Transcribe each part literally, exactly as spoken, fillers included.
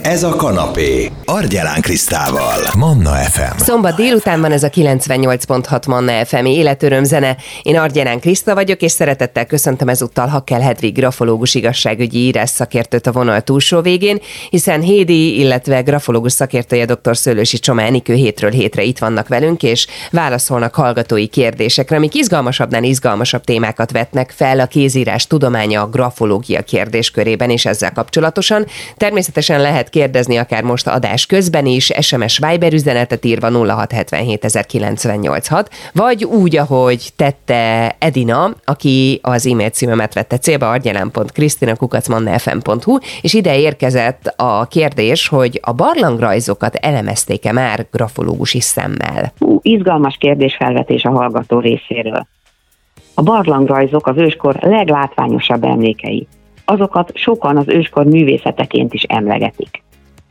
Ez a kanapé. Argyelán Krisztával. Manna ef em. Szombat délután van ez a kilencvennyolc pont hat Manna ef em életöröm zene. Én Argyelán Kriszta vagyok, és szeretettel köszöntöm ezúttal Hakkel Hedvig grafológus igazságügyi írás szakértőt a vonal túlsó végén, hiszen Hédi, illetve grafológus szakértője dr. Szőlősi Csoma Enikő hétről hétre itt vannak velünk, és válaszolnak hallgatói kérdésekre, amik izgalmasabbnál izgalmasabb témákat vetnek fel a kézírás tudománya, a grafológia kérdéskörében és ezzel kapcsolatosan. Természetesen lehet kérdezni akár most adás közben is, es em es Viber üzenetet írva nulla hat hetvenhét ezer kilencszáznyolcvanhat, vagy úgy, ahogy tette Edina, aki az e-mail címemet vette célba, argyelán pont krisztina kukac manna ef em pont hu, és ide érkezett a kérdés, hogy a barlangrajzokat elemezték-e már grafológusi szemmel? Ú, izgalmas kérdésfelvetés a hallgató részéről. A barlangrajzok az őskor leglátványosabb emlékei. Azokat sokan az őskor művészeteként is emlegetik.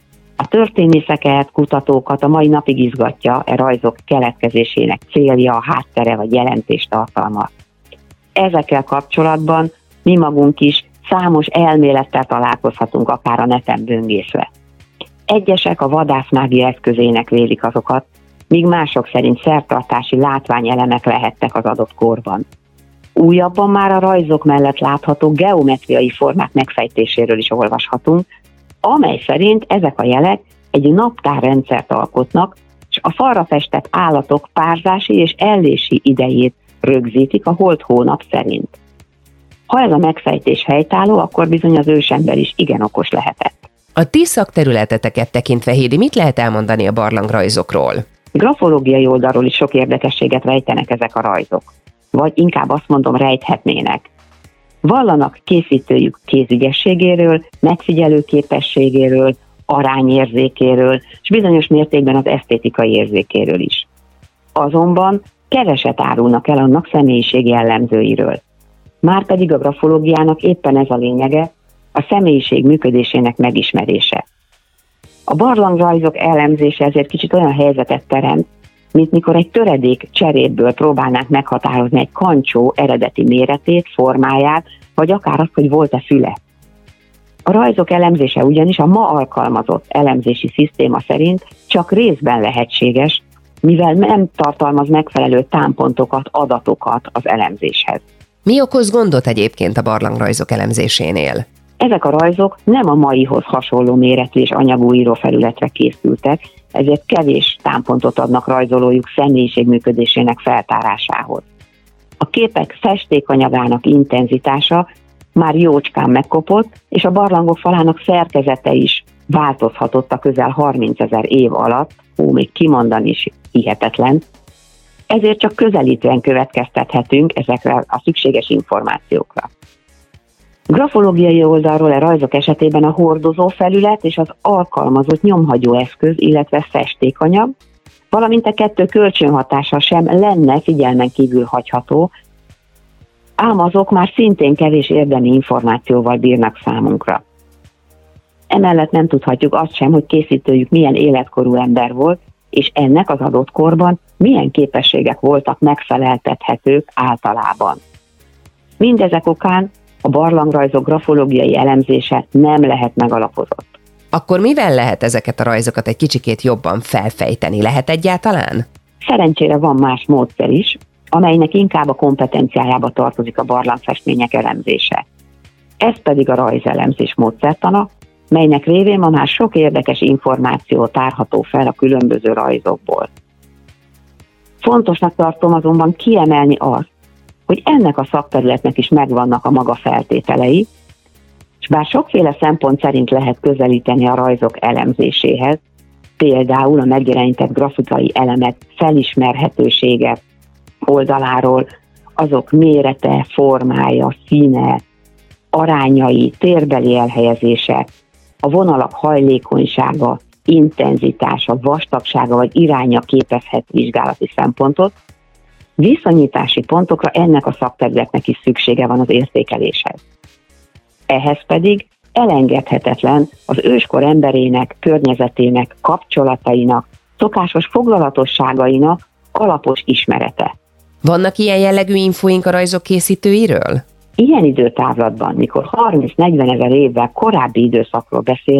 A történészeket, kutatókat a mai napig izgatja e rajzok keletkezésének célja, háttere vagy jelentéstartalma. Ezekkel kapcsolatban mi magunk is számos elmélettel találkozhatunk, akár a neten böngészve. Egyesek a vadászmágia eszközének vélik azokat, míg mások szerint szertartási látványelemek lehettek az adott korban. Újabban már a rajzok mellett látható geometriai formák megfejtéséről is olvashatunk, amely szerint ezek a jelek egy naptárrendszert alkotnak, és a falra festett állatok párzási és ellési idejét rögzítik a holt hónap szerint. Ha ez a megfejtés helytálló, akkor bizony az ősember is igen okos lehetett. A ti szakterületeteket tekintve, Hédi, mit lehet elmondani a barlangrajzokról? Grafológiai oldalról is sok érdekességet rejtenek ezek a rajzok. Vagy inkább azt mondom, rejthetnének. Vallanak készítőjük kézügyességéről, megfigyelő képességéről, arányérzékéről, és bizonyos mértékben az esztétikai érzékéről is. Azonban keveset árulnak el annak személyiségi jellemzőiről. Márpedig a grafológiának éppen ez a lényege, a személyiség működésének megismerése. A barlangrajzok elemzése ezért kicsit olyan helyzetet teremt, mint mikor egy töredék cserépből próbálnánk meghatározni egy kancsó eredeti méretét, formáját, vagy akár azt, hogy volt-e füle. A rajzok elemzése ugyanis a ma alkalmazott elemzési szisztéma szerint csak részben lehetséges, mivel nem tartalmaz megfelelő támpontokat, adatokat az elemzéshez. Mi okoz gondot egyébként a barlangrajzok elemzésénél? Ezek a rajzok nem a maihoz hasonló méretű és anyagú írófelületre készültek, ezért kevés támpontot adnak rajzolójuk személyiség működésének feltárásához. A képek festékanyagának intenzitása már jócskán megkopott, és a barlangok falának szerkezete is változhatott a közel harmincezer év alatt, ó, még kimondani is hihetetlen, ezért csak közelítően következtethetünk ezekre a szükséges információkra. Grafológiai oldalról a rajzok esetében a hordozó felület és az alkalmazott nyomhagyó eszköz, illetve festékanyag, valamint a kettő kölcsönhatása sem lenne figyelmen kívül hagyható, ám azok már szintén kevés érdemi információval bírnak számunkra. Emellett nem tudhatjuk azt sem, hogy készítőjük milyen életkorú ember volt, és ennek az adott korban milyen képességek voltak megfeleltethetők általában. Mindezek okán a barlangrajzok grafológiai elemzése nem lehet megalapozott. Akkor mivel lehet ezeket a rajzokat egy kicsikét jobban felfejteni? Lehet egyáltalán? Szerencsére van más módszer is, amelynek inkább a kompetenciájába tartozik a barlangfestmények elemzése. Ez pedig a rajzelemzés módszertana, melynek révén ma már sok érdekes információ tárható fel a különböző rajzokból. Fontosnak tartom azonban kiemelni azt, hogy ennek a szakterületnek is megvannak a maga feltételei, és bár sokféle szempont szerint lehet közelíteni a rajzok elemzéséhez, például a megjelenített grafikai elemek felismerhetősége oldaláról, azok mérete, formája, színe, arányai, térbeli elhelyezése, a vonalak hajlékonysága, intenzitása, vastagsága vagy iránya képezhet vizsgálati szempontot, viszonyítási pontokra ennek a szakterületnek is szüksége van az értékeléshez. Ehhez pedig elengedhetetlen az őskor emberének, környezetének, kapcsolatainak, szokásos foglalatosságainak alapos ismerete. Vannak ilyen jellegű infóink a rajzok készítőiről? Ilyen időtávlatban, mikor harminc-negyven ezer évvel korábbi időszakról beszélünk,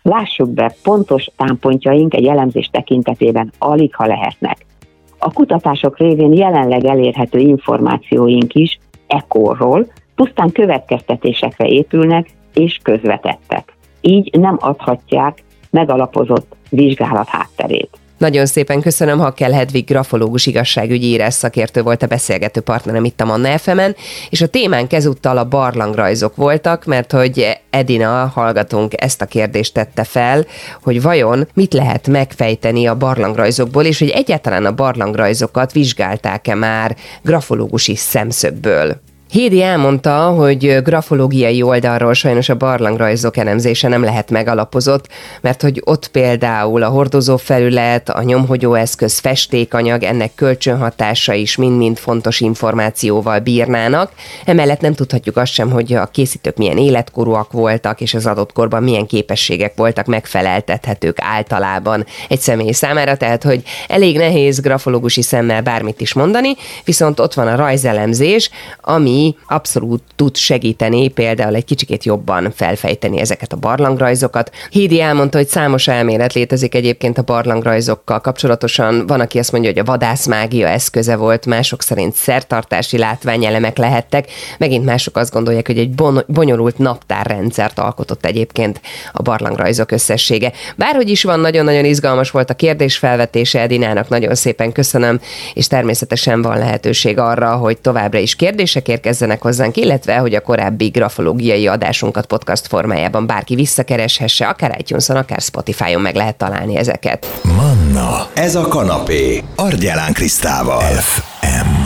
Lássuk be, pontos támpontjaink egy elemzés tekintetében alig ha lehetnek. A kutatások révén jelenleg elérhető információink is ekkorról pusztán következtetésekre épülnek és közvetettek. Így nem adhatják megalapozott vizsgálat hátterét. Nagyon szépen köszönöm, Hakkel Hedvig grafológus igazságügyi írás szakértő volt a beszélgető partnerem itt a Manna ef emen, és a témánk ezúttal a barlangrajzok voltak, mert hogy Edina hallgatónk ezt a kérdést tette fel, hogy vajon mit lehet megfejteni a barlangrajzokból, és hogy egyáltalán a barlangrajzokat vizsgálták-e már grafológusi szemszögből. Hédi elmondta, hogy grafológiai oldalról sajnos a barlangrajzok elemzése nem lehet megalapozott, mert hogy ott például a hordozófelület, a nyomhogyóeszköz, festékanyag, ennek kölcsönhatása is mind-mind fontos információval bírnának. Emellett nem tudhatjuk azt sem, hogy a készítők milyen életkorúak voltak, és az adott korban milyen képességek voltak megfeleltethetők általában egy személy számára, tehát hogy elég nehéz grafológusi szemmel bármit is mondani, viszont ott van a rajzelemzés, ami abszolút tud segíteni például egy kicsikét jobban felfejteni ezeket a barlangrajzokat. Hédi elmondta, hogy számos elmélet létezik egyébként a barlangrajzokkal kapcsolatosan. Van, aki azt mondja, hogy a vadászmágia eszköze volt, mások szerint szertartási látványelemek lehettek, megint mások azt gondolják, hogy egy bon- bonyolult naptárrendszert alkotott egyébként a barlangrajzok összessége. Bárhogy is van, nagyon-nagyon izgalmas volt a kérdés felvetése, Edinának nagyon szépen köszönöm, és természetesen van lehetőség arra, hogy továbbra is kérdések érkezzenek hozzánk, illetve, hogy a korábbi grafológiai adásunkat podcast formájában bárki visszakereshesse, akár iTunes-on, akár Spotify-on meg lehet találni ezeket. Manna, ez a kanapé, Argyelán Krisztával. ef em